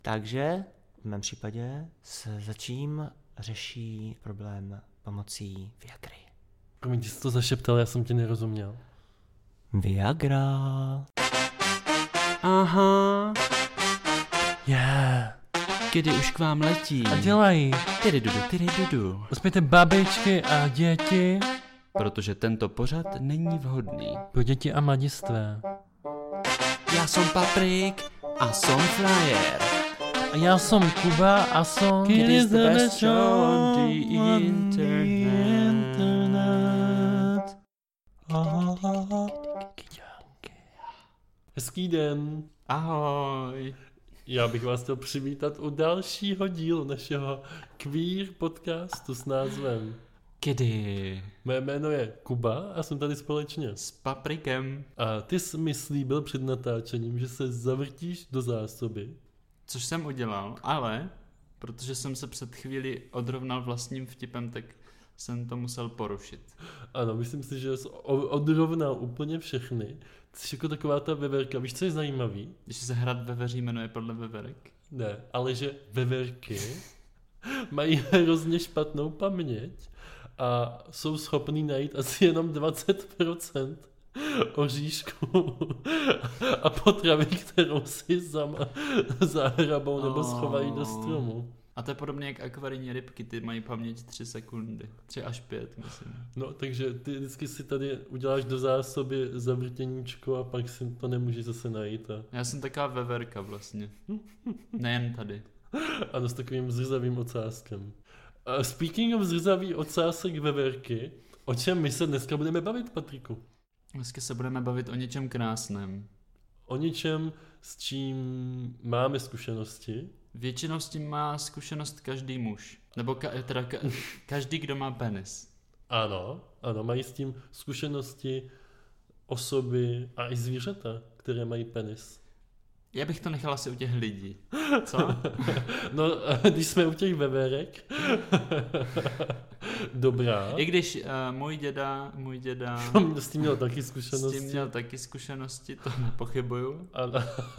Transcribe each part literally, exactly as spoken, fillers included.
Takže v mém případě se začím řeší problém pomocí Viagry. Promiň, ty jsi to zašeptal, já jsem ti nerozuměl. Viagra. Aha, Yeah. kdy už k vám letí. A dělají. Tyry dudu, tyry dudu. Uspějte babičky a děti. Protože tento pořad není vhodný. Pro děti a mladistvé. Já jsem Paprik a jsem Flyer. A já jsem Kuba a jsem... It is the best show on the internet. Hezký den. Ahoj. Já bych vás chtěl přivítat u dalšího dílu našeho queer podcastu s názvem Kdy? Mé jméno je Kuba a jsem tady společně. S Paprikem. A ty jsi mi slíbil před natáčením, že se zavrtíš do zásoby. Což jsem udělal, ale protože jsem se před chvíli odrovnal vlastním vtipem, tak jsem to musel porušit. Ano, myslím si, že jsi o- odrovnal úplně všechny. Jsi jako taková ta veverka. Víš, co je zajímavý? Když se hrad veveří jmenuje podle veverek. Ne, ale že veverky mají hrozně špatnou paměť a jsou schopný najít asi jenom dvacet procent oříšku a potravy, kterou si zama zahrabou nebo schovají do stromu. A to je podobně jak akvarijní rybky, ty mají paměť tři sekundy. tři až pět, myslím. No, takže ty vždycky si tady uděláš do zásoby zavrtěníčko a pak si to nemůžeš zase najít. A... Já jsem taková veverka vlastně. Nejen tady. Ano, s takovým zrzavým ocáskem. A speaking of zrzavý ocásek veverky, o čem my se dneska budeme bavit, Patriku? Dneska se budeme bavit o něčem krásném. O něčem, s čím máme zkušenosti. Většinou s tím má zkušenost každý muž. Nebo ka- teda ka- každý, kdo má penis. Ano, ano, mají s tím zkušenosti osoby a i zvířata, které mají penis. Já bych to nechal asi u těch lidí. Co? No, když jsme u těch veverek, dobrá. I když uh, můj děda, můj děda S tím měl taky s zkušenosti. tím měl taky zkušenosti, to nepochybuju. Ano.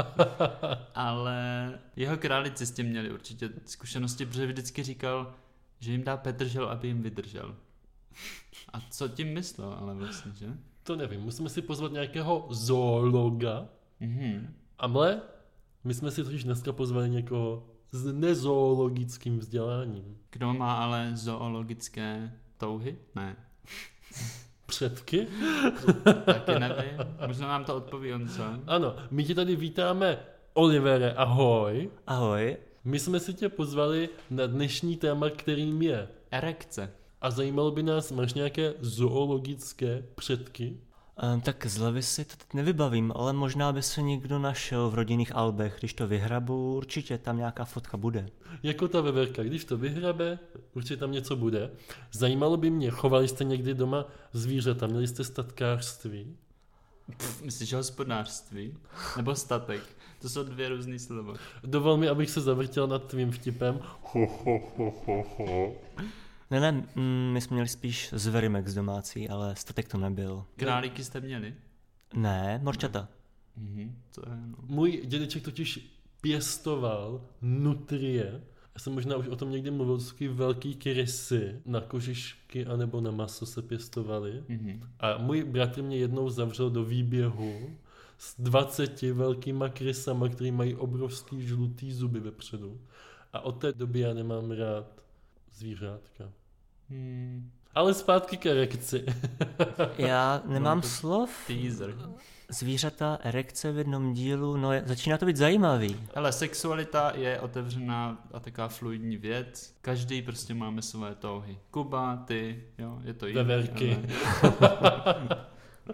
Ale jeho králici s tím měli určitě zkušenosti, protože vždycky říkal, že jim dá Petržel, aby jim vydržel. A co tím myslel, ale vlastně, že? To nevím, musíme si pozvat nějakého zoologa. Mhm. A mle, my jsme si totiž dneska pozvali někoho s nezoologickým vzděláním. Kdo má ale zoologické touhy? Ne. Předky? Taky nevím. Možná nám to odpoví on sám. Ano, my tě tady vítáme, Olivere, ahoj. Ahoj. My jsme si tě pozvali na dnešní téma, kterým je. Erekce. A zajímalo by nás, máš nějaké zoologické předky? Um, tak z hlavy si to teď nevybavím, ale možná by se někdo našel v rodinných albech. Když to vyhrabu, určitě tam nějaká fotka bude. Jako ta veverka, když to vyhrabe, určitě tam něco bude. Zajímalo by mě, chovali jste někdy doma zvířata, měli jste statkářství? Pff, myslíš, že hospodářství? Nebo statek? To jsou dvě různý slova. Dovol mi, abych se zavrtěl nad tvým vtipem. Ho, ho, ho, ho, ho. Ne, ne, mm, my jsme měli spíš zverimex domácí, ale statek to nebyl. Králíky jste měli? Ne, morčata. Mhm, to je no. Můj dědeček totiž pěstoval nutrie. Já jsem možná už o tom někdy mluvil, to jsou takový velký krysy na kožišky anebo na maso se pěstovali. Mhm. A můj bratr mě jednou zavřel do výběhu s dvaceti velkýma krysama, který mají obrovský žlutý zuby vepředu. A od té doby já nemám rád zvířátka. Hmm. Ale zpátky k erekci. Já nemám No, to- slov. Teaser. Zvířata, erekce v jednom dílu, no je, začíná to být zajímavý. Hele, sexualita je otevřená a taková fluidní věc. Každý prostě máme své touhy. Kuba, ty, jo, je to jiný. Veverky. ale-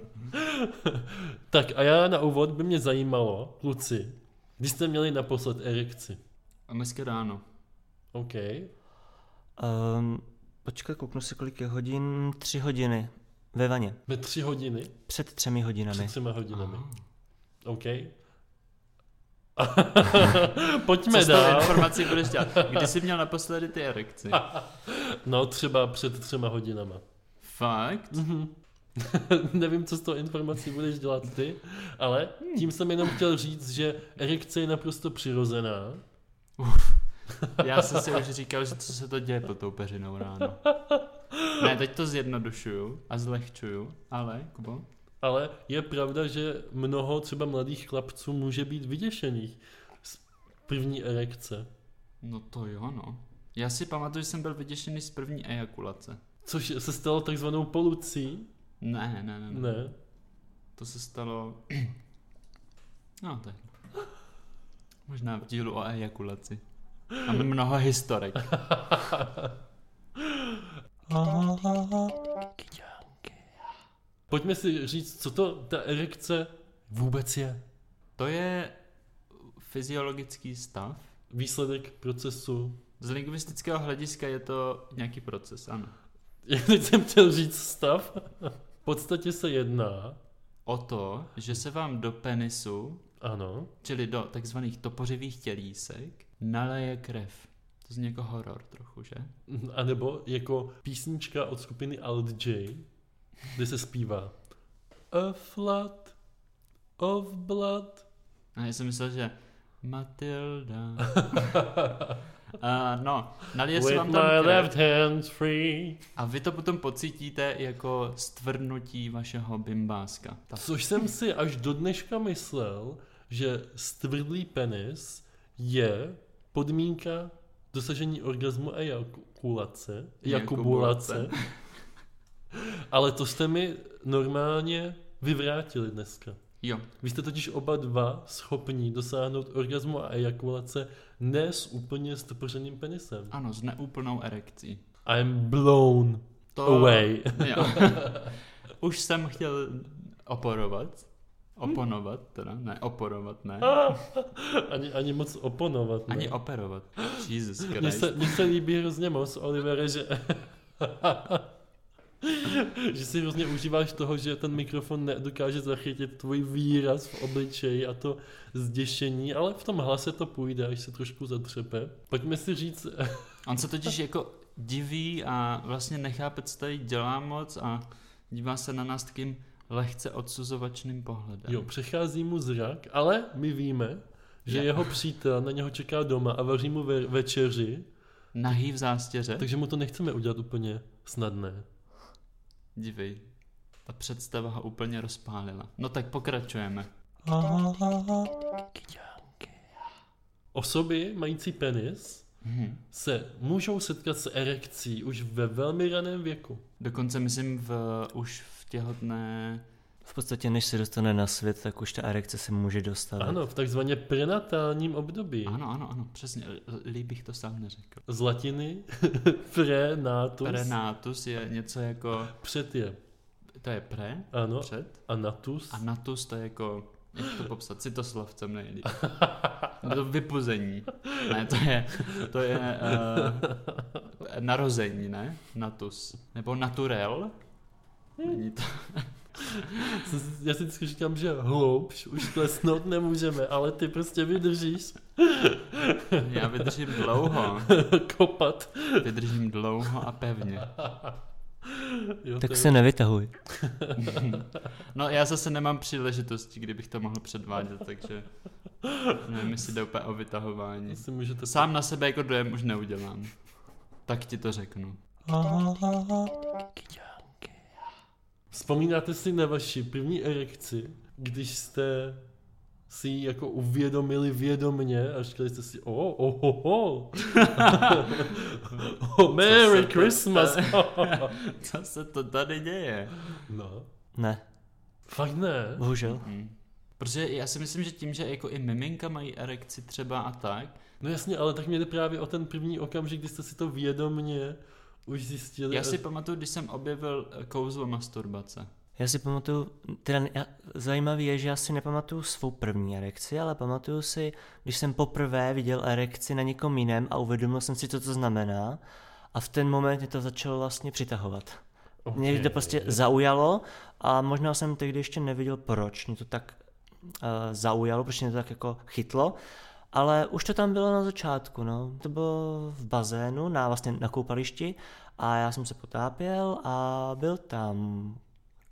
Tak a já na úvod by mě zajímalo, kluci, když jste měli naposled erekci. A dneska ráno. OK. Um, počkej, kouknu si, kolik je hodin. Tři hodiny. Ve vaně. Ve tři hodiny? Před třemi hodinami. Před třema hodinami. OK. Co Pojďme s tou dál. informací budeš dělat? Kdy jsi měl naposledy ty erekci? No třeba před třema hodinama. Fakt? Mhm. Nevím, co s tou informací budeš dělat ty, ale tím jsem jenom chtěl říct, že erekce je naprosto přirozená Uf. Já jsem si už říkal, že co se to děje pod tou peřinou ráno. Ne, teď to zjednodušuju a zlehčuju, ale, Kubo? Ale je pravda, že mnoho třeba mladých chlapců může být vyděšených z první erekce. No to jo, no. Já si pamatuju, že jsem byl vyděšený z první ejakulace. Což se stalo takzvanou polucí? Ne, ne, ne. Ne. Ne. To se stalo... No, tak. Možná v dílu o ejakulaci. Máme mnoho historek. Pojďme si říct, co to ta erekce vůbec je. To je fyziologický stav. Výsledek procesu. Z lingvistického hlediska je to nějaký proces, ano. Jak teď jsem chtěl říct stav, v podstatě se jedná O to, že se vám do penisu, ano, čili do takzvaných topořivých tělísek, naleje krev. To zní jako horor trochu, že? a nebo jako písnička od skupiny Alt J, kde se zpívá A flood of blood. A já jsem myslel, že Matilda. Uh, no, nalije se With vám tam my krev left hand free. a vy to potom pocítíte jako stvrdnutí vašeho bimbáska. Ta... Což jsem si až do dneška myslel, že stvrdlý penis je podmínka dosažení orgazmu a jakulace, jakubulace. Ale to jste mi normálně vyvrátili dneska. Jo. Vy jste totiž oba dva schopní dosáhnout orgazmu a ejakulace ne s úplně stopořeným penisem. Ano, s neúplnou erekcí. I'm blown To... away. Jo. Už jsem chtěl oporovat. Oponovat teda, ne, oporovat, ne. ani, ani moc oponovat. Ne? Ani operovat. Jesus Mně Christ. se, mně se líbí hrozně moc, Olivere, že... že si hrozně užíváš toho, že ten mikrofon nedokáže zachytit tvůj výraz v obličeji a to zděšení, ale v tom hlase to půjde, až se trošku zatřepe. Pojďme si říct... On se totiž jako diví a vlastně nechápe, co tady dělá moc a dívá se na nás takým lehce odsuzovačným pohledem. Jo, přechází mu zrak, ale my víme, že Je. jeho přítel na něho čeká doma a vaří mu ve- večeři, Nahý v zástěře. takže mu to nechceme udělat úplně snadné. Dívej, ta představa ho úplně rozpálila. No tak pokračujeme. Osoby mající penis Mhm. se můžou setkat s erekcí už ve velmi raném věku. Dokonce myslím v, už v těhotné... V podstatě, než se dostane na svět, tak už ta erekce se může dostat. Ano, v takzvaně prenatálním období. Ano, ano, ano, přesně, líp bych to sám neřekl. Z latiny prenatus. Prenatus je něco jako... Před je. To je pre, Ano. před. A natus. A natus to je jako... Jak to popsat? Citoslovcem nejlíp. To vypuzení. Ne, to je... To je... Uh, narození, ne? Natus. Nebo naturel. Není to... Já si vždycky říkám, že hloubš už klesnout nemůžeme, ale ty prostě vydržíš. Já vydržím dlouho. Kopat. Vydržím dlouho a pevně. Jo, Tak to se je... nevytahuj. No já zase nemám příležitosti, kdybych to mohl předvádět, takže nevím, jestli jde úplně o vytahování. Si můžete... Sám na sebe jako dojem už neudělám. Tak ti to řeknu. Vzpomínáte si na vaši první erekci, když jste si ji jako uvědomili vědomně a říkali jste si, oh, oh, oh, oh. oh Merry to- Christmas. Co se to tady děje? No, Ne, fakt ne. bohužel. Mhm. Protože já si myslím, že tím, že jako i miminka mají erekci třeba a tak, No jasně, ale tak mě jde právě o ten první okamžik, kdy jste si to vědomně už zjistili. já a- si pamatuju, když jsem objevil eh, kouzlo masturbace. Já si pamatuju, teda já, zajímavý je, že já si nepamatuju svou první erekci, ale pamatuju si, když jsem poprvé viděl erekci na někom jiném a uvědomil jsem si, co to znamená a v ten moment mě to začalo vlastně přitahovat. Okay. Mě to prostě zaujalo a možná jsem tehdy ještě neviděl proč, mě to tak uh, zaujalo, protože mě to tak jako chytlo, ale už to tam bylo na začátku, no. To bylo v bazénu, na, vlastně na koupališti a já jsem se potápěl a byl tam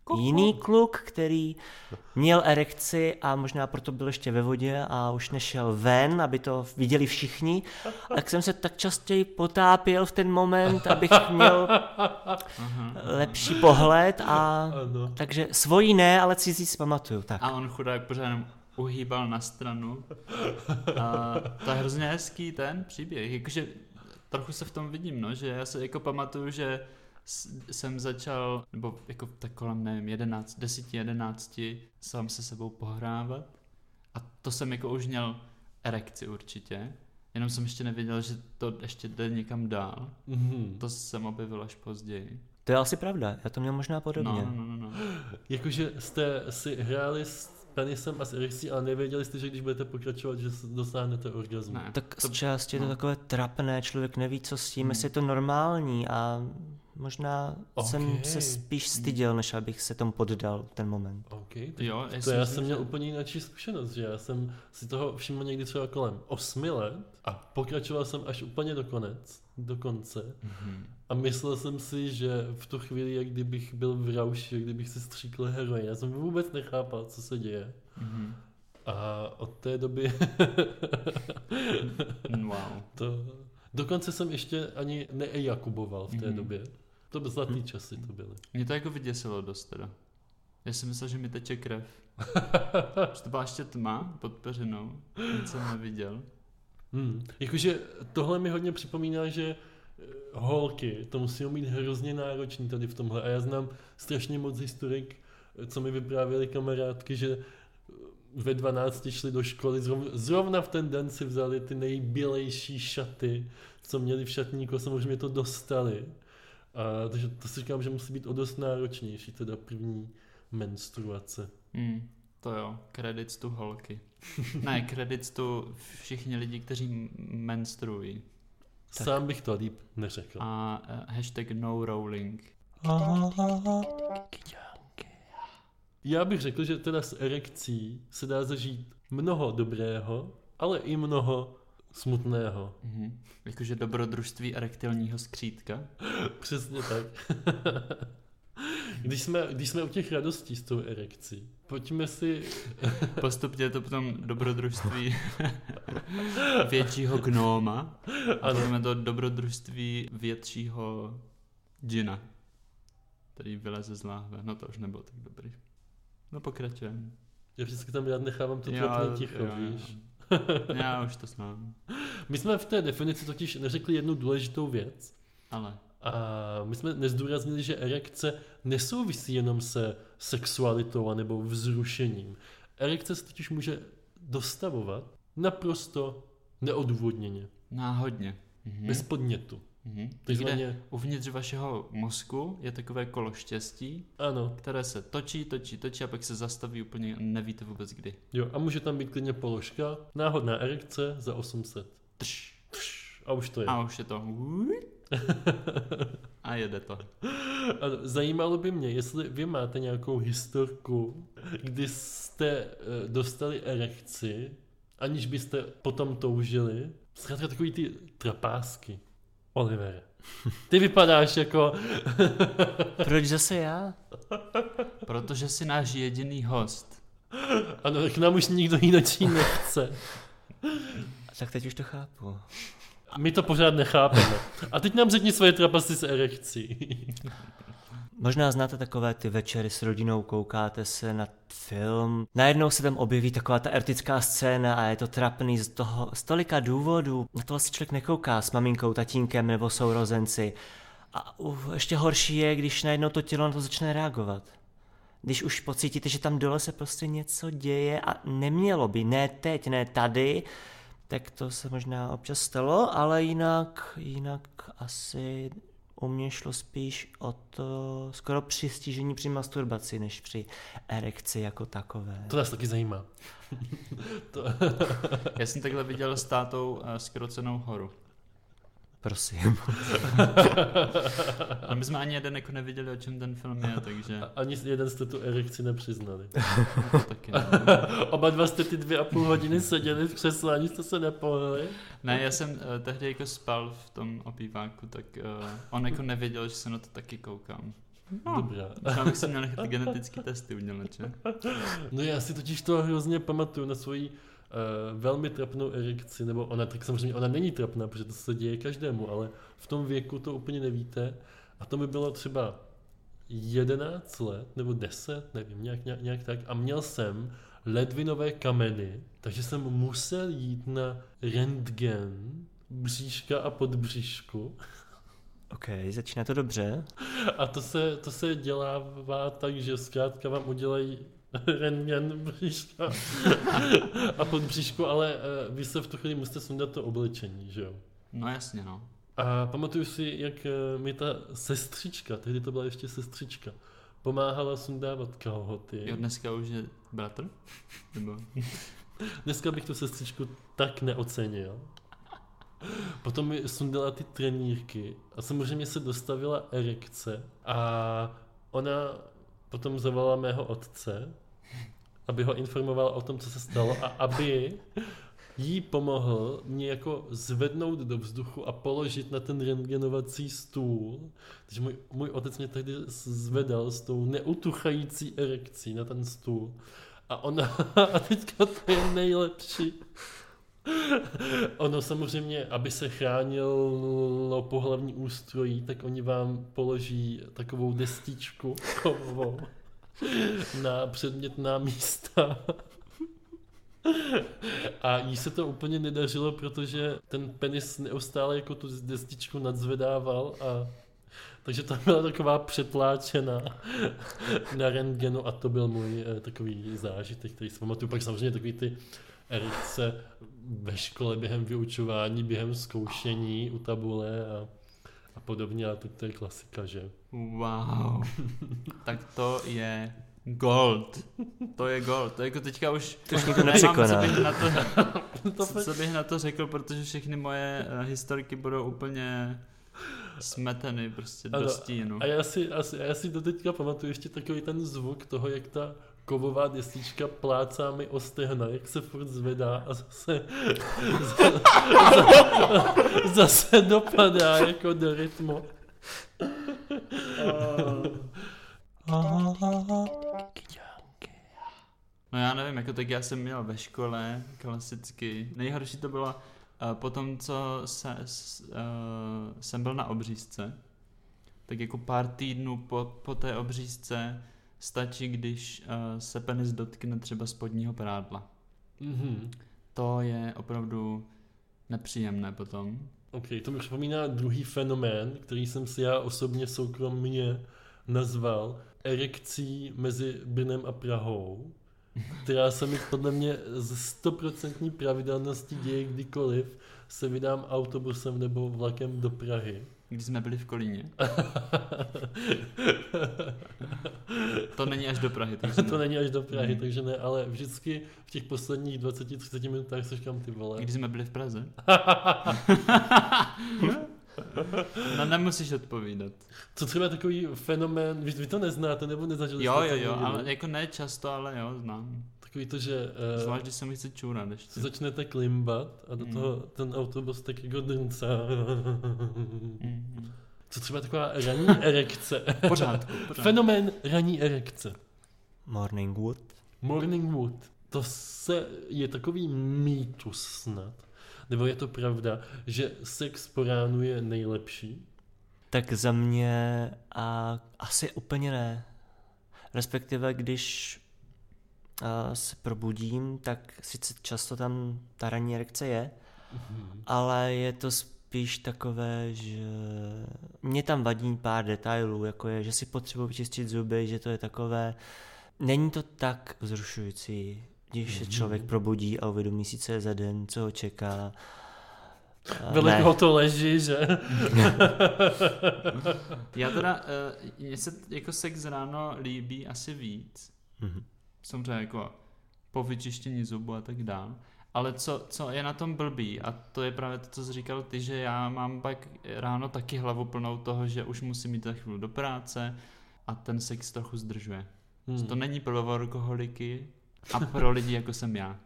jiný kluk, který měl erekci a možná proto byl ještě ve vodě a už nešel ven, aby to viděli všichni. Tak jsem se tak častěji potápěl v ten moment, abych měl lepší pohled a takže svojí ne, ale cizí si pamatuju. Tak. A on chudák pořád jenom uhýbal na stranu. A to je hrozně hezký ten příběh. Jakože trochu se v tom vidím, no, že já se jako pamatuju, že jsem začal, nebo jako tak kolem, nevím, jedenáct, deset, jedenácti sám se sebou pohrávat. A to jsem jako už měl erekci určitě. Jenom jsem ještě nevěděl, že to ještě jde někam dál. Mm-hmm. To jsem objevil až později. To je asi pravda, já to měl možná podobně. No, no, no, no. Jakože jste si hráli s penisem a s erekcí, ale nevěděli jste, že když budete pokračovat, že dosáhnete orgazmu. Ne, tak to, z části no. je to takové trapné, člověk neví, co s tím, hmm. jestli je to normální a možná okay. jsem se spíš styděl, než abych se tomu poddal ten moment. Okay. To, jo, to já jsem měl úplně jináčí zkušenost, že já jsem si toho všiml někdy třeba kolem osmi let a pokračoval jsem až úplně do konec, do konce mm-hmm. a myslel jsem si, že v tu chvíli, jak kdybych byl v rauši, jak kdybych si stříkl heroin, já jsem vůbec nechápal, co se děje. Mm-hmm. A od té doby wow. to... Dokonce jsem ještě ani neejakuboval v té mm-hmm. době. To by zlatý časy to byly. Mě to jako vyděsilo dost teda. Já jsem myslel, že mi teče krev. Že to byla ještě tma pod peřinou. Nic jsem neviděl. Hmm. Jakože tohle mi hodně připomíná, že holky to musí mít hrozně náročný tady v tomhle. A já znám strašně moc historik, co mi vyprávěly kamarádky, že ve dvanácti šli do školy, zrovna, zrovna v ten den si vzali ty nejbělejší šaty, co měli v šatníku, samozřejmě to dostali. A, takže to si říkám, že musí být o dost náročnější, teda první menstruace. Mm, to jo, credits tu holky. Ne, credits tu všichni lidi, kteří menstruují. Tak. Sám bych to líp neřekl. A uh, hashtag no rolling. Já bych řekl, že teda s erekcí se dá zažít mnoho dobrého, ale i mnoho smutného. Mm-hmm. Jakože dobrodružství erektilního skřítka. Přesně tak. Když jsme, když jsme u těch radostí s tou erekcí, pojďme si... Postupně to potom dobrodružství většího gnóma a potom to dobrodružství většího džina, který vyleze z láhve. No to už nebylo tak dobrý. No pokračujeme. Já vždycky tam rád nechávám to trapné ticho, jo, víš. Já už to znám. My jsme v té definici totiž neřekli jednu důležitou věc. Ale. A my jsme nezdůraznili, že erekce nesouvisí jenom se sexualitou nebo vzrušením. Erekce se totiž může dostavovat naprosto neodůvodněně. Náhodně. Mhm. Bez podnětu. Mm-hmm. Takzvaně... Uvnitř vašeho mozku je takové kolo štěstí, ano. které se točí, točí, točí a pak se zastaví úplně a nevíte vůbec kdy. Jo, a může tam být klidně položka, náhodná erekce za osm set. Tš, tš, a už to je. A už je to. A jede to. A zajímalo by mě, jestli vy máte nějakou historku, kdy jste dostali erekci, aniž byste potom toužili. Zkrátka takový ty trapásky. Olivere, ty vypadáš jako... Proč zase já? Protože jsi náš jediný host. Ano, tak nám už nikdo jiný nechce. Tak teď už to chápu. My to pořád nechápeme. A teď nám řekni svoje trapasy s erekcí. Možná znáte takové ty večery s rodinou, koukáte se na film. Najednou se tam objeví taková ta erotická scéna a je to trapný z toho, z tolika důvodů. Na to asi člověk nekouká s maminkou, tatínkem nebo sourozenci. A uh, ještě horší je, když najednou to tělo na to začne reagovat. Když už pocítíte, že tam dole se prostě něco děje a nemělo by, ne teď, ne tady, tak to se možná občas stalo, ale jinak, jinak asi... U mě šlo spíš o to skoro při stížení při masturbaci, než při erekci jako takové. To nás taky zajímá. to... Já jsem takhle viděl s tátou uh, Zkrocenou horu. Prosím. Ale my jsme ani jeden jako neviděli, o čem ten film je, takže... A ani jeden jste tu erekci nepřiznali. No, to taky ne. Oba dva jste ty dvě a půl hodiny seděli v křesle, ani jste se nepohli. Ne, já jsem uh, tehdy jako spal v tom obýváku, tak uh, on jako nevěděl, že se na to taky koukám. No, dobrá. Já bych si měl nechat genetický testy udělat, že? No já si totiž to hrozně pamatuju na svoji uh, velmi trapnou erekci, nebo ona, tak samozřejmě ona není trapná, protože to se děje každému, ale v tom věku to úplně nevíte. A to mi bylo třeba jedenáct let, nebo deset, nevím, nějak, nějak, nějak tak. A měl jsem ledvinové kameny, takže jsem musel jít na rentgen bříška a podbříšku. OK, začíná to dobře. A to se, to se dělává tak, že zkrátka vám udělají rentgen bříška a podbříšku, ale vy se v tu chvíli musíte sundat to oblečení, že jo? No jasně, no. A pamatuju si, jak mi ta sestřička, tehdy to byla ještě sestřička, pomáhala sundávat kalhoty. Jo, dneska už je bratr? Nebo... Dneska bych tu sestřičku tak neocenil. Potom mi sundala ty trenýrky a samozřejmě se dostavila erekce a ona potom zavolala mého otce, aby ho informovala o tom, co se stalo a aby jí pomohl mě jako zvednout do vzduchu a položit na ten rentgenovací stůl. Takže můj, můj otec mě tehdy zvedal s tou neutuchající erekcí na ten stůl. A ona, a teďka to je nejlepší. Ono samozřejmě, aby se chránilo pohlavní ústrojí, tak oni vám položí takovou destičku kovovou na předmětná místa. A jí se to úplně nedařilo, protože ten penis neustále jako tu destičku nadzvedával a takže to byla taková přetláčená na rentgenu a to byl můj eh, takový zážitek, který si pamatuju. Pak samozřejmě takový ty erekce ve škole během vyučování, během zkoušení u tabule a, a podobně, a to, to je klasika, že? Wow. Tak to je gold. To je gold. To je jako teďka už... To už nikdo nevím, co nepřekoná. bych na to, co, co bych na to řekl, protože všechny moje uh, historiky budou úplně smeteny prostě do stínu. A já si, asi, já si do teďka pamatuju ještě takový ten zvuk toho, jak ta kovová destička plácá mi o stehna, jak se furt zvedá a zase, zase, zase dopadá jako do rytmu. No já nevím, jako tak já jsem měl ve škole klasicky. Nejhorší to bylo uh, potom, co se, s, uh, jsem byl na obřízce, tak jako pár týdnů po, po té obřízce stačí, když uh, se penis dotkne třeba spodního prádla. Mm-hmm. To je opravdu nepříjemné potom. Ok, to mi připomíná druhý fenomén, který jsem si já osobně soukromně nazval erekcí mezi Brnem a Prahou, která se mi podle mě z stoprocentní pravidelností děje kdykoliv se vydám autobusem nebo vlakem do Prahy. Když jsme byli v Kolíně. To není až do Prahy. Takže to není až do Prahy, mm. takže ne, ale vždycky v těch posledních dvacet třicet minutách se říkám ty vole. Když jsme byli v Praze. No nemusíš odpovídat. Co třeba takový fenomén, vy, vy to neznáte nebo nezažili jo, jste jo, jo, někdy? ale jako ne často, ale jo, znám. Takový to, že uh, zvlášť, když se mi chce čůrat ještě. Začnete klimbat a do toho mm. ten autobus tak jako drncá. Mm. Co třeba taková ranní erekce? Pořádku, pořádku. Fenomén ranní erekce. Morning wood. Morning wood. To se, je takový mýtus snad. Nebo je to pravda, že sex po ránu je nejlepší? Tak za mě a asi úplně ne. Respektive, když a, se probudím, tak sice často tam ta ranní erekce je, mm-hmm. ale je to spíš takové, že mě tam vadí pár detailů, jako je, že si potřebuji vyčistit zuby, že to je takové, není to tak vzrušující, když se člověk probudí a uvědomí si, co je za den, co ho čeká. Vedle koho to leží, že? Já teda, uh, mně se jako sex ráno líbí asi víc. Mm-hmm. Samozřejmě jako po vyčištění zubu a tak dál. Ale co, co je na tom blbý, a to je právě to, co jsi říkal ty, že já mám pak ráno taky hlavu plnou toho, že už musím jít za chvíli do práce a ten sex trochu zdržuje. Hmm. To není pro workoholiky a pro lidi, jako jsem já.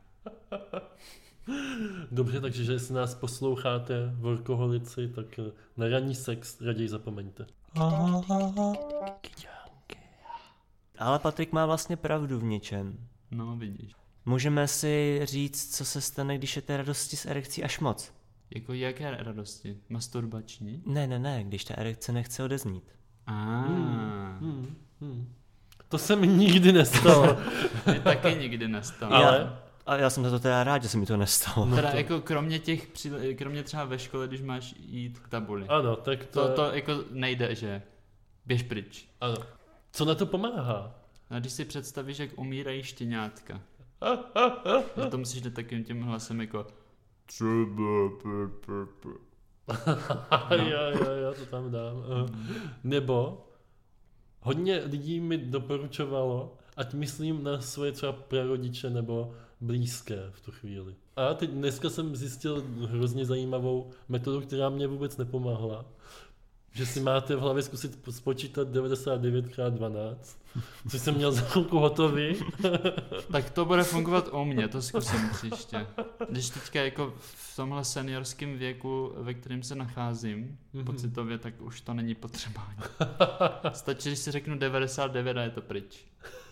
Dobře, takže jestli nás posloucháte workoholici, tak na ranní sex raději zapomeňte. Ale Patrik má vlastně pravdu v něčem. No, vidíš. Můžeme si říct, co se stane, když je té radosti s erekcí až moc. Jako jaké radosti? Masturbační? Ne, ne, ne, když ta erekce nechce odeznít. A Hmm, hmm, hmm. To se mi nikdy nestalo. mě taky nikdy nestalo. Ale- Já, a já jsem za to teda rád, že se mi to nestalo. No Teda to- jako kromě těch, při- kromě třeba ve škole, když máš jít k tabuli. Ano, tak to, To, to jako nejde, že běž pryč. Ano. Co na to pomáhá? A když si představíš, jak umírají štěňátka, že to musíš jít takým tím hlasem jako třeba p, p, p. No. jo, jo, jo, to tam dám. Uh, Nebo hodně lidí mi doporučovalo, ať myslím na svoje třeba prarodiče nebo blízké v tu chvíli. A teď dneska jsem zjistil hrozně zajímavou metodu, která mě vůbec nepomáhla. Že si máte v hlavě zkusit spočítat devadesát devět krát dvanáct, což jsem měl za chvilku hotový. Tak to bude fungovat u mě, to zkusím příště. Když teďka jako v tomhle seniorském věku, ve kterém se nacházím, Mhm. pocitově, tak už to není potřeba. Stačí, když si řeknu devadesát devět a je to pryč.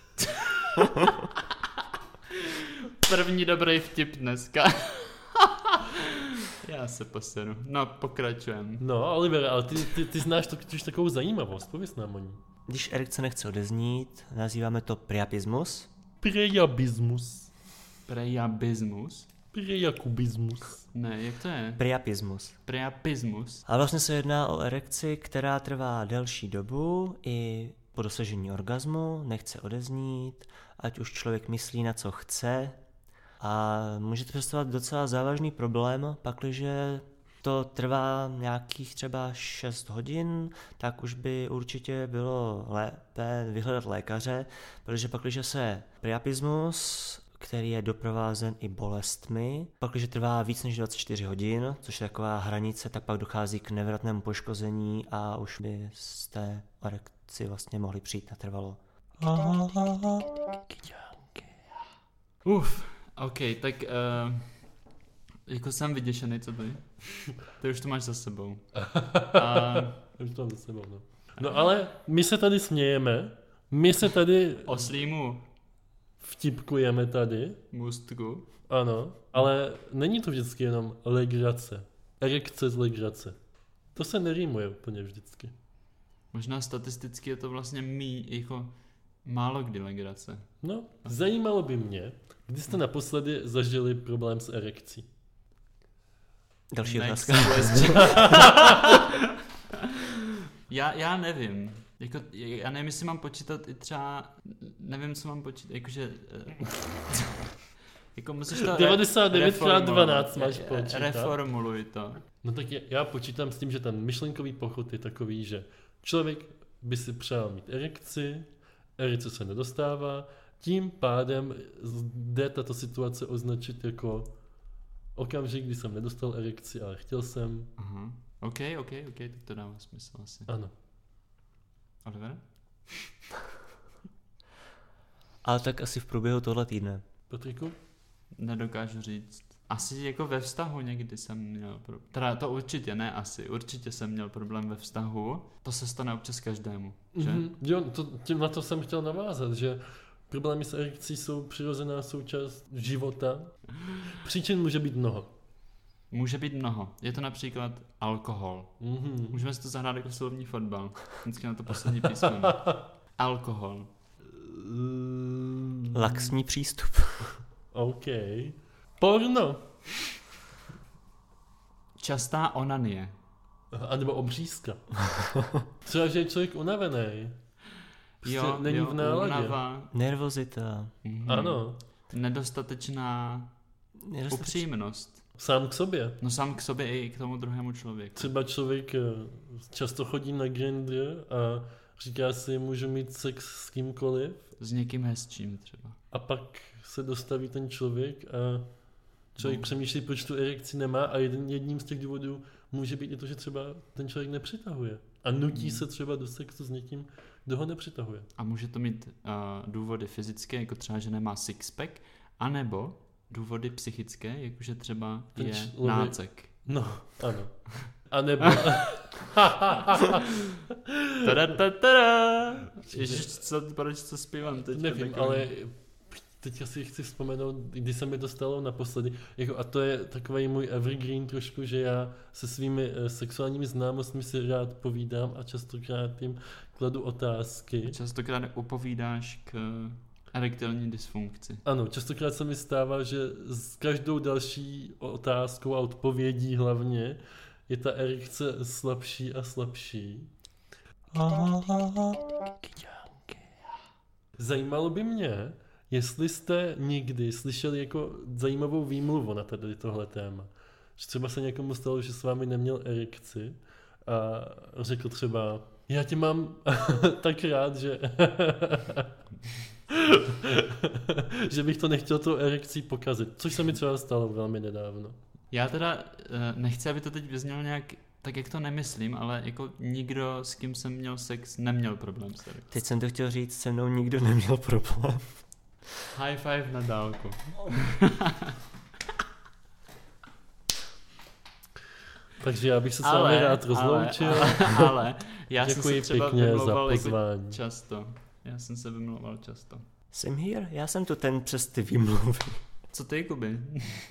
První dobrý vtip dneska. Já se poseru. No, pokračujem. No, Oliver, ale ty, ty, ty znáš totiž takovou zajímavost, pověz nám o ní. Když erekce nechce odeznít, nazýváme to priapismus. Prejabismus. Prejabismus? Prejakubismus. Ne, jak to je? Priapismus. Priapismus. Ale vlastně se jedná o erekci, která trvá delší dobu i po dosažení orgazmu, nechce odeznít, ať už člověk myslí na co chce. A můžete představit docela závažný problém, pakliže to trvá nějakých třeba šest hodin, tak už by určitě bylo lépe vyhledat lékaře, protože pakliže se priapismus, který je doprovázen i bolestmi, pakliže trvá víc než dvacet čtyři hodin, což je taková hranice, tak pak dochází k nevratnému poškození a už by z té erekci vlastně mohli přijít natrvalo. Uf, ok, tak uh, jako jsem vyděšený, co ty? Ty už to máš za sebou. A Už to mám za sebou, no. No ale my se tady smějeme, my se tady oslímu vtipkujeme tady, můstku. ano, ale není to vždycky jenom legrace. Erekce z legrace. To se nerýmuje úplně vždycky. Možná statisticky je to vlastně mý, jako málo kdy legrace. No, zajímalo by mě, kdy jste naposledy zažili problém s erekcí. Další Next otázka. question. já, já nevím. Jako, já nevím, jestli mám počítat i třeba, nevím, co mám počítat, jakože, eh, jako musíš to devadesát devět krát dvanáct máš re- počítat. Reformuluj to. No tak je- já počítám s tím, že ten myšlenkový pochod je takový, že člověk by si přál mít erekci, erekce se nedostává, tím pádem jde tato situace označit jako okamžik, kdy jsem nedostal erekci, ale chtěl jsem. Aha. OK, OK, OK, tak to dává smysl asi. Ano. Oliver? Ale tak asi v průběhu tohle týdne. Patriku? Nedokážu říct. Asi jako ve vztahu někdy jsem měl problém. Teda to určitě, ne asi. Určitě jsem měl problém ve vztahu. To se stane občas každému, že? Mm-hmm. Jo, to, tím na to jsem chtěl navázat, že problémy s erekcí jsou přirozená součást života. Příčin může být mnoho. Může být mnoho. Je to například alkohol. Mm-hmm. Můžeme si to zahrát jako slovní fotbal. Vždycky na to poslední písmeno. Alkohol. Laxní přístup. OK. Porno. Častá onanie. A nebo obřízka. Třeba, že je člověk unavený. Prostě Jo, není jo, v náladě. únava. Nervozita. Mhm. Ano. Nedostatečná Nedostatečný- upřímnost. Sám k sobě. No sám k sobě i k tomu druhému člověku. Třeba člověk eh, často chodí na Grindr a říká si, můžu mít sex s kýmkoliv. S někým hezčím třeba. A pak se dostaví ten člověk a člověk No. přemýšlí, proč tu erekci nemá a jeden, jedním z těch důvodů může být i to, že třeba ten člověk nepřitahuje. A nutí Hmm. se třeba do sexu s někým, kdo ho nepřitahuje. A může to mít uh, důvody fyzické, jako třeba, že nemá sixpack, anebo důvody psychické, jakože třeba Ten je člověk- nácek. No, ano. A nebo... Tada, tada, tada. Ježiš, co, proč to zpívám teď? Nevím, ale teď asi chci vzpomenout, kdy se mi dostalo naposledy. Jako, a to je takový můj evergreen trošku, že já se svými sexuálními známostmi si rád povídám a častokrát jim kladu otázky. Častokrát upovídáš k erektilní dysfunkci. Ano, častokrát se mi stává, že s každou další otázkou a odpovědí hlavně je ta erekce slabší a slabší. Zajímalo by mě, jestli jste někdy slyšeli jako zajímavou výmluvu na tady tohle téma. Že třeba se někomu stalo, že s vámi neměl erekci a řekl třeba, já tě mám tak rád, že že bych to nechtěl tou erekcí pokazit, což se mi třeba stalo velmi nedávno. Já teda nechci, aby to teď vyznělo nějak tak, jak to nemyslím, ale jako nikdo, s kým jsem měl sex, neměl problém s erekcí. Teď jsem to chtěl říct, se mnou nikdo neměl problém. High five na dálku. Takže já bych se s vámi rád rozloučil. Ale, ale, ale já Děkuji jsem se třeba pěkně vymlouval za jako pozvání. často. Já jsem se vymlouval často. Jsem here? Já jsem tu ten přes ty výmluvy. Co ty, Kuby?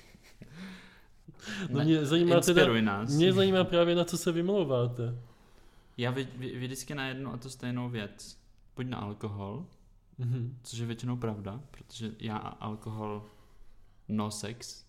No mě zajímá Inspiruj teda, nás. mě zajímá právě, na co se vymlouváte. Já vy, vy, vy vždycky na jednu a to stejnou věc. Pojď na alkohol, Mm-hmm. což je většinou pravda, protože já a alkohol no sex.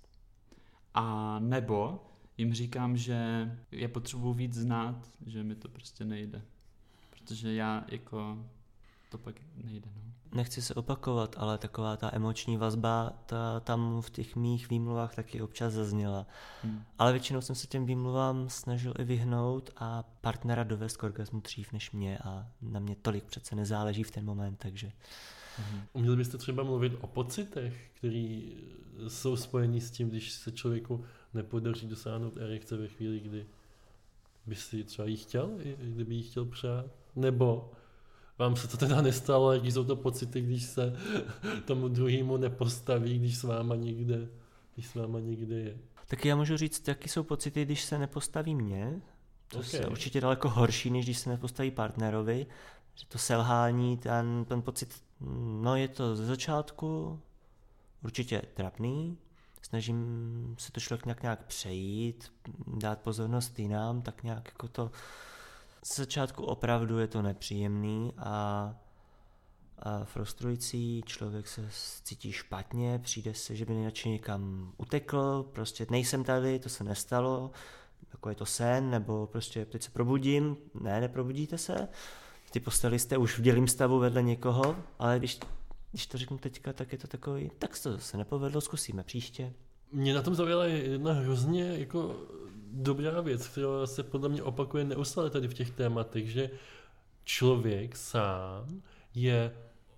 A nebo jim říkám, že je potřebuji víc znát, že mi to prostě nejde. Protože já jako to pak nejde, no. Nechci se opakovat, ale taková ta emoční vazba, ta tam v těch mých výmluvách taky občas zazněla. Hmm. Ale většinou jsem se těm výmluvám snažil i vyhnout a partnera dovést k orgasmu dřív než mě a na mě tolik přece nezáleží v ten moment, takže... Hmm. Uměli byste třeba mluvit o pocitech, které jsou spojení s tím, když se člověku nepodaří dosáhnout erekce ve chvíli, kdy by si třeba jí chtěl, kdyby jí chtěl přát? Nebo vám se to teda nestalo, jaký jsou to pocity, když se tomu druhému nepostaví, když s váma někde, když s váma někde je? Tak já můžu říct, jaký jsou pocity, když se nepostaví mně. To Okay. je určitě daleko horší, než když se nepostaví partnerovi. Že to selhání, ten, ten pocit, no je to ze začátku určitě trapný. Snažím se to člověk nějak, nějak přejít, dát pozornost jinam, tak nějak jako to... Z začátku opravdu je to nepříjemný a, a frustrující, člověk se cítí špatně, přijde se, že by nejradši někam utekl, prostě nejsem tady, to se nestalo, jako je to sen, nebo prostě teď se probudím, ne, neprobudíte se, ty postali jste už v dělým stavu vedle někoho, ale když, když to řeknu teďka, tak je to takový, tak to se nepovedlo, zkusíme příště. Mě na tom zaujala jedna hrozně jako dobrá věc, která se podle mě opakuje neustále tady v těch tématech, že člověk sám je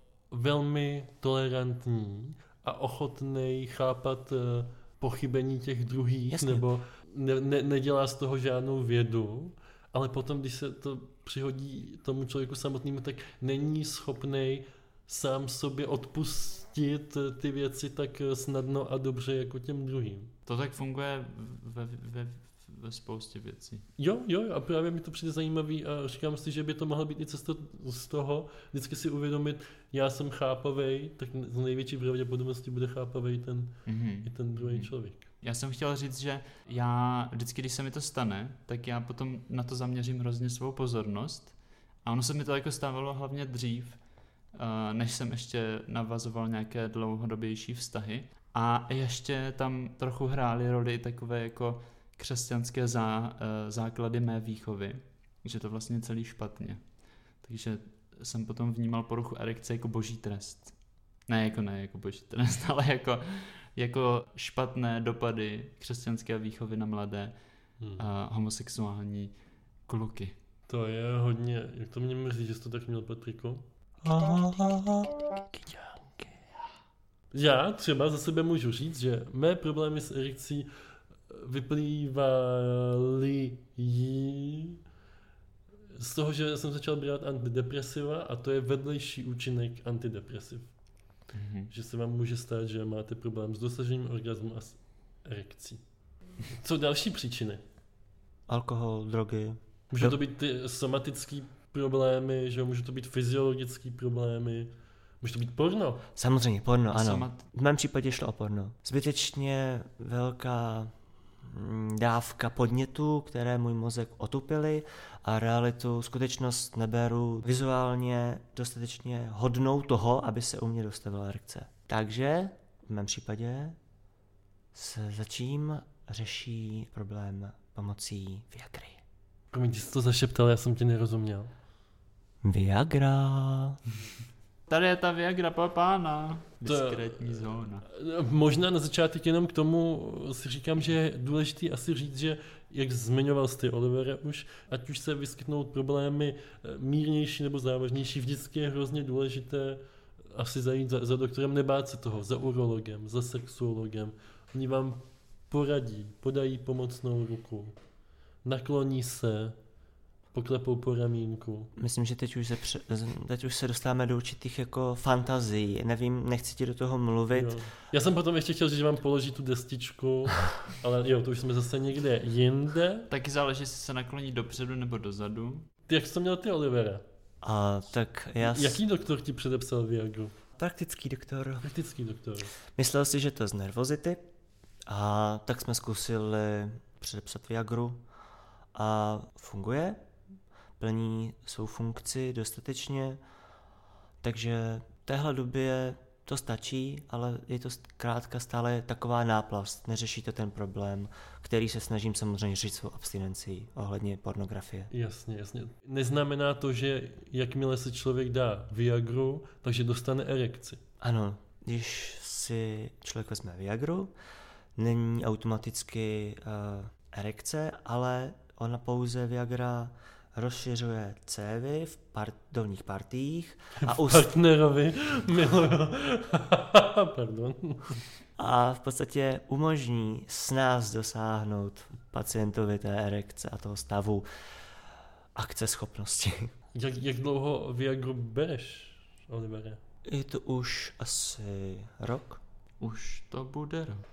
velmi tolerantní a ochotný chápat pochybení těch druhých. Jasně. Nebo ne, ne, nedělá z toho žádnou vědu, ale potom, když se to přihodí tomu člověku samotnému, tak není schopný sám sobě odpustit ty věci tak snadno a dobře jako těm druhým. To tak funguje ve, ve, ve spoustě věcí. Jo, jo, a právě mi to přijde zajímavý a říkám si, že by to mohla být i cesta z toho, vždycky si uvědomit, já jsem chápavej, tak z největší pravděpodobnosti bude chápavej ten, mm-hmm. i ten druhý mm-hmm. člověk. Já jsem chtěl říct, že já vždycky, když se mi to stane, tak já potom na to zaměřím hrozně svou pozornost a ono se mi to jako stávalo hlavně dřív, než jsem ještě navazoval nějaké dlouhodobější vztahy. A ještě tam trochu hrály roli takové jako křesťanské zá, základy mé výchovy, že to vlastně celý špatně. Takže jsem potom vnímal poruchu erekce jako boží trest. Ne jako ne jako boží trest, ale jako, jako špatné dopady křesťanské výchovy na mladé hmm. a homosexuální kluky. To je hodně, jak to mě mrzí, že jsi to tak měl, Patriku. Já třeba za sebe můžu říct, že mé problémy s erekcí vyplývaly z toho, že jsem začal brát antidepresiva a to je vedlejší účinek antidepresiv. Mm-hmm. Že se vám může stát, že máte problém s dosažením orgasmu a s erekcí. Co další příčiny? Alkohol, drogy. Může to být ty somatické problémy, že jo, může to být fyziologické problémy, může to být porno. Samozřejmě, porno, ano. Sama... V mém případě šlo o porno. Zbytečně velká dávka podnětů, které můj mozek otupily a realitu, skutečnost neberu vizuálně dostatečně hodnou toho, aby se u mě dostavila erekce. Takže v mém případě se začím řeší problém pomocí Viagry. Promiň, ty jsi to zašeptal, já jsem ti nerozuměl. Viagra. Tady je ta Viagra pro pána. To- Diskrétní zóna. Možná na začátek jenom k tomu si říkám, že je důležité asi říct, že jak zmiňoval jsi ty, Olivere, už, ať už se vyskytnou problémy mírnější nebo závažnější, vždycky je hrozně důležité asi zajít za, za doktorem, nebát se toho, za urologem, za sexuologem. Oni vám poradí, podají pomocnou ruku, nakloní se, poklepou po ramínku. Myslím, že teď už, se pře- teď už se dostáváme do určitých jako fantazií. Nevím, nechci ti do toho mluvit. Jo. Já jsem potom ještě chtěl říct, že vám položí tu destičku, ale jo, to už jsme zase někde jinde. Taky záleží, jestli se nakloní dopředu nebo dozadu. Ty, jak jsi to měl ty, Olivera? A tak já... s- Jaký doktor ti předepsal Viagru? Praktický doktor. Praktický doktor. Myslel si, že to je z nervozity a tak jsme zkusili předepsat Viagru a funguje, plní svou funkci dostatečně, takže v téhle době to stačí, ale je to zkrátka stále taková náplast, neřeší to ten problém, který se snažím samozřejmě řešit svou abstinencí ohledně pornografie. Jasně, jasně. Neznamená to, že jakmile se člověk dá Viagru, takže dostane erekci. Ano, když si člověk vezme Viagru, není automaticky uh, erekce, ale ona pouze Viagra rozšiřuje cévy v part, dolních partiích a, ust, Partnerovi miluju. Pardon. a v podstatě umožní s nás dosáhnout pacientovi té erekce a toho stavu akceschopnosti. Jak, jak dlouho Viagru bereš, Olivere? Je to už asi rok. Už to bude rok.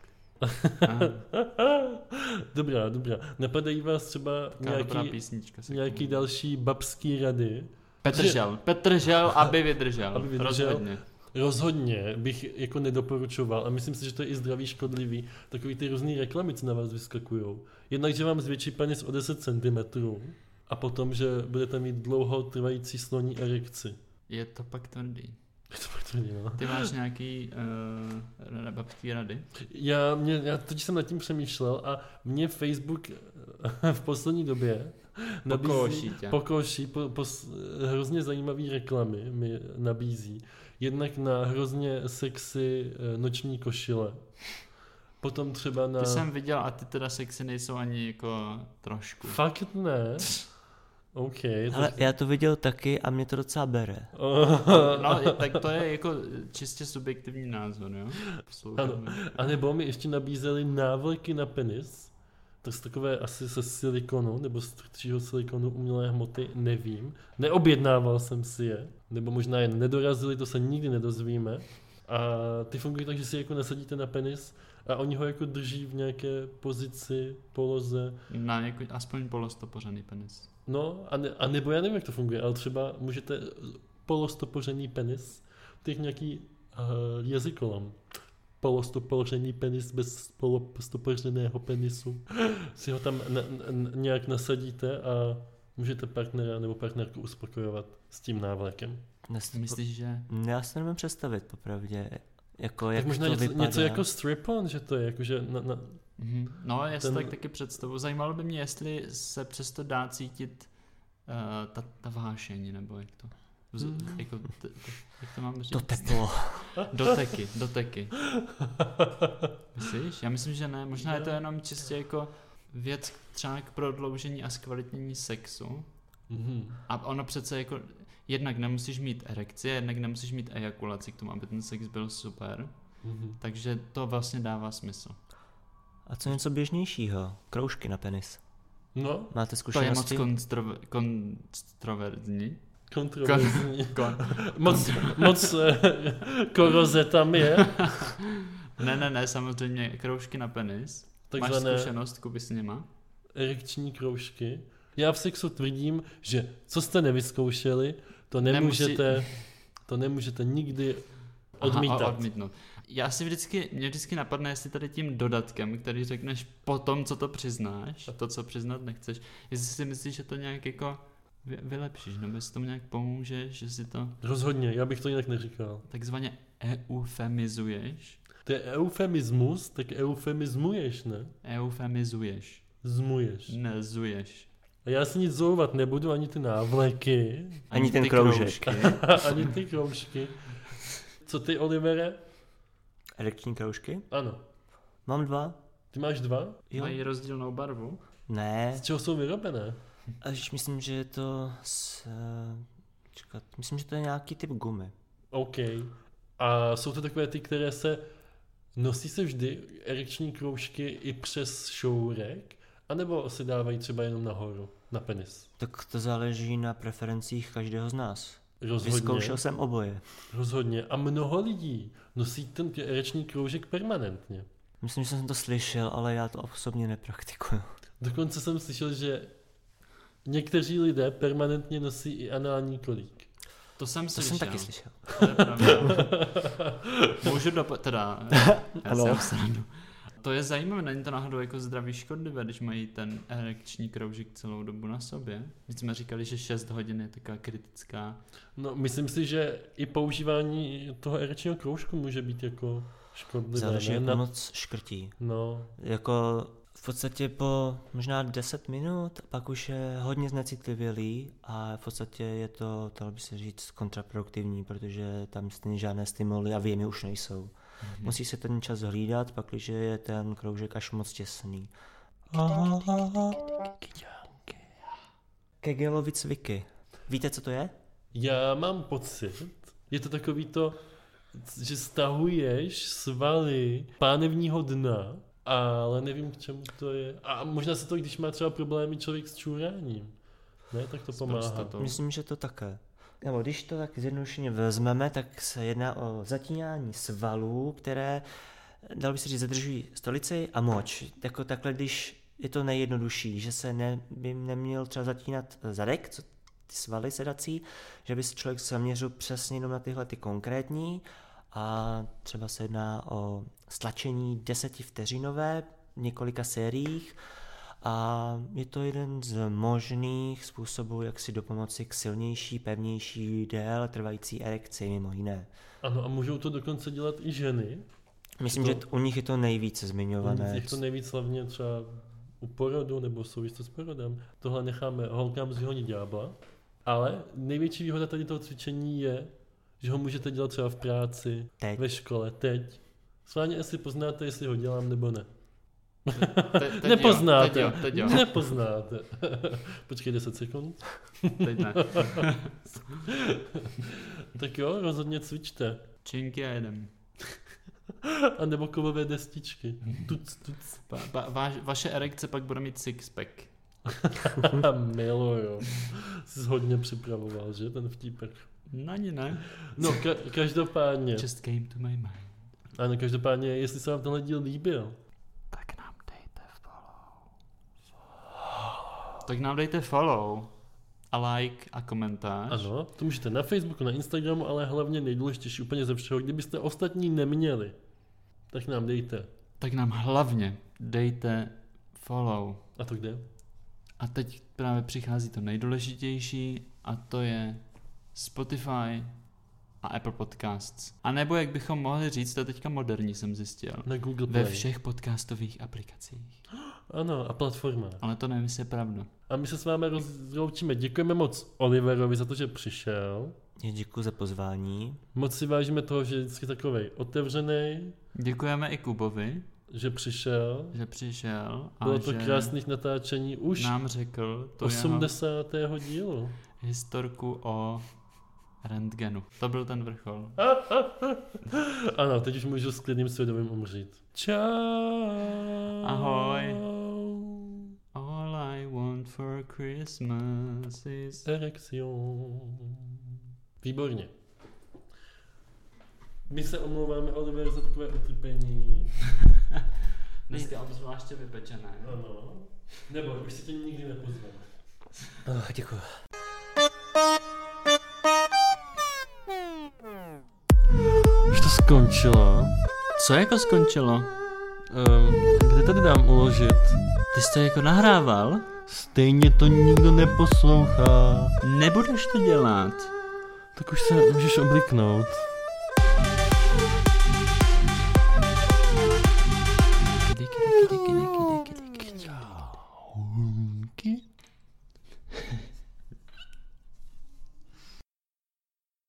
Dobrá, dobrá. Napadají vás třeba Nějaká dobrá nějaký, písnička. se nějaký k tomu- další babský rady? Petr že- žel. Petr žel, aby vydržel. Aby vydržel. Rozhodně. Rozhodně bych jako nedoporučoval a myslím si, že to je i zdravý škodlivý. Takový ty různý reklamy, co na vás vyskakujou. Jednak, že vám zvětší penis o deset centimetrů a potom, že budete mít dlouho trvající sloní erekci. Je to pak tvrdý. Je to pak tvrdý, no. Ty máš nějaký uh, babský rady? Já, mě, já teď jsem nad tím přemýšlel a mě Facebook v poslední době Pokouší tě. pokouší po, po, hrozně zajímavý reklamy mi nabízí. Jednak na hrozně sexy eh, noční košile. Potom třeba na... Ty jsem viděl a ty teda sexy nejsou ani jako trošku. Fakt ne. OK. Ale tak... já to viděl taky a mě to docela bere. No, tak to je jako čistě subjektivní názor, jo? Posloucháme. A nebo mi ještě nabízeli návleky na penis. To jsou takové asi se silikonu, nebo z tvrdšího silikonu umělé hmoty, nevím. Neobjednával jsem si je, nebo možná je nedorazili, to se nikdy nedozvíme. A ty fungují tak, že si jako nasadíte na penis a oni ho jako drží v nějaké pozici, poloze. Na jako, aspoň polostopořený penis. No, a, ne, a nebo já nevím, jak to funguje, ale třeba můžete polostopořený penis, to je nějaký uh, jazykolom. Polostopořený penis bez polostopořeného penisu. Si ho tam na, na, nějak nasadíte a můžete partnera nebo partnerku uspokojovat s tím návlekem. Myslíš, že... Já si nemůžu představit, popravdě, jako Tak jak možná to něco, vypadá. něco jako strip-on, že to je, jakože na, na, Mhm. No, já si Ten- tak taky představu. Zajímalo by mě, jestli se přesto dá cítit uh, ta, ta vášeň, nebo jak to... Vz, Hmm. jako, t, t, jak to mám říct? To teplo. Doteky, doteky. Myslíš? Já myslím, že ne. Možná je to jenom čistě jako věc třeba k prodloužení a zkvalitnění sexu. mhm. A ono přece jako... Jednak nemusíš mít erekci, jednak nemusíš mít ejakulaci k tomu, aby ten sex byl super. Mhm. Takže to vlastně dává smysl. A co něco běžnějšího? Kroužky na penis. No, Máte To je moc zkušenosti? konstrove, kontroverzní. kontroverzní. Kon, Moc, moc eh, koroze tam je. ne, ne, ne, samozřejmě kroužky na penis. Máš Takzvané zkušenost, Kuby, s něma? erekční kroužky. Já v sexu tvrdím, že co jste nevyzkoušeli, to nemůžete, Nemusí... to nemůžete nikdy odmítat. Aha, odmítnout. Já si vždycky, mě vždycky napadne, jestli tady tím dodatkem, který řekneš po tom, co to přiznáš, a to, co přiznat nechceš, jestli si myslíš, že to nějak jako vy, vylepšíš, nebo jestli tomu nějak pomůžeš, že si to... Rozhodně, já bych to jinak neříkal. Takzvaně eufemizuješ. To je eufemismus, tak eufemizmuješ, ne? Eufemizuješ. Zmuješ. Ne, zuješ. A já si nic zouvat nebudu, ani ty návleky. Ani, Ani ten ty kroužek. Ani ty kroužky. Co ty, Olivere? Erekční kroužky? Ano. Mám dva. Ty máš dva? Jo. Mají rozdílnou barvu? Ne. Z čeho jsou vyrobené? Až myslím, že je to s... Čekat, myslím, že to je nějaký typ gumy. OK. A jsou to takové ty, které se... Nosí se vždy erekční kroužky i přes šourek? A nebo se dávají třeba jenom nahoru, na penis? Tak to záleží na preferencích každého z nás. Rozhodně. Vyzkoušel jsem oboje. Rozhodně. A mnoho lidí nosí ten erekční kroužek permanentně. Myslím, že jsem to slyšel, ale já to osobně nepraktikuju. Dokonce jsem slyšel, že někteří lidé permanentně nosí i anální kolík. To jsem To slyšel. jsem taky slyšel. To je pravda. Můžu dopo... Teda, já si obsadu. To je zajímavé, není to náhodou jako zdraví škodlivé, když mají ten erekční kroužek celou dobu na sobě. My jsme říkali, že šest hodin je taková kritická. No, myslím si, že i používání toho erekčního kroužku může být jako škodlivé. Záleží, ne? jak Na... moc škrtí. No, Jako v podstatě po možná deset minut, pak už je hodně znecitlivělý a v podstatě je to, dalo by se říct, kontraproduktivní, protože tam stejně žádné stimuly a výjemy už nejsou. Mm-hmm. Musí se ten čas hlídat, pakliže je ten kroužek až moc těsný. Kegelovy cviky. Víte, co to je? já mám pocit, je to takový to, že stahuješ svaly pánevního dna, ale nevím, k čemu to je. A možná se to, když má třeba problémy člověk s čůráním. Ne, tak to S pomáhá. prostatou. Myslím, že to také. Nebo když to tak zjednodušeně vezmeme, tak se jedná o zatínání svalů, které, dalo by se říct, zadržují stolici a moč. Jako takhle, když je to nejjednodušší, že se ne, by neměl třeba zatínat zadek, co, ty svaly sedací, že by se člověk zaměřil přesně jenom na tyhle ty konkrétní a třeba se jedná o stlačení desetivteřinové v několika sériích a je to jeden z možných způsobů, jak si dopomoci k silnější, pevnější, déle trvající erekci, mimo jiné. Ano, a můžou to dokonce dělat i ženy. Myslím, to, že t- u nich je to nejvíce U zmiňované. nich to nejvíc hlavně třeba u porodu nebo souvislost s porodem. Tohle necháme holkám z vyhonit ďábla. Ale největší výhoda tady toho cvičení je, že ho můžete dělat třeba v práci, Teď. ve škole, teď. Sválně, jestli poznáte, jestli ho dělám nebo ne. Te, teď Nepoznáte. Jo, teď jo, teď jo. Nepoznáte. Počkej deset sekund. Teď ne. Tak jo, rozhodně cvičte. Činky a jedem. A nebo kovové destičky. Tuc, tuc. Pa, pa, vaš, vaše erekce pak bude mít sixpack. Miluju. Jsi hodně připravoval, že, ten vtípek. No ani ne. No, ka- každopádně. Just came to my mind. Ano, každopádně, jestli se vám tenhle díl líbil, Tak nám dejte follow. Tak nám dejte follow. A like a komentář. ano, to můžete na Facebooku, na Instagramu, ale hlavně nejdůležitější úplně ze všeho, kdybyste ostatní neměli, tak nám dejte. Tak nám hlavně dejte follow. A to kde? A teď právě přichází to nejdůležitější a to je Spotify a Apple Podcasts. A nebo jak bychom mohli říct, to je teďka moderní, jsem zjistil. Na Google Play. Ve všech podcastových aplikacích. Ano, a platforma. Ale to nevím, jestli je pravda. A my se s vámi rozloučíme. Děkujeme moc Oliverovi za to, že přišel. Já děkuji za pozvání. Moc si vážíme toho, že je vždycky takovej otevřený, Děkujeme i Kubovi, že přišel. že přišel a Bylo to že krásných natáčení už nám řekl to osmdesátého dílu. jeho historku o rentgenu. To byl ten vrchol. Ano, teď už můžu s klidným svědomím umřít. Čau. Ahoj. All I want for Christmas is... Erekcion. Výborně. My se omlouváme, Oliver, za takové utrpení. Dneska obzvláště vypečené. Ano. Nebo už si tě nikdy nepozveme. Oh, děkuji. Už to skončilo. Co jako skončilo? Um, kde tady dám uložit? Ty jsi to jako nahrával? Stejně to nikdo neposlouchá. Nebudeš to dělat. Tak už se můžeš obliknout.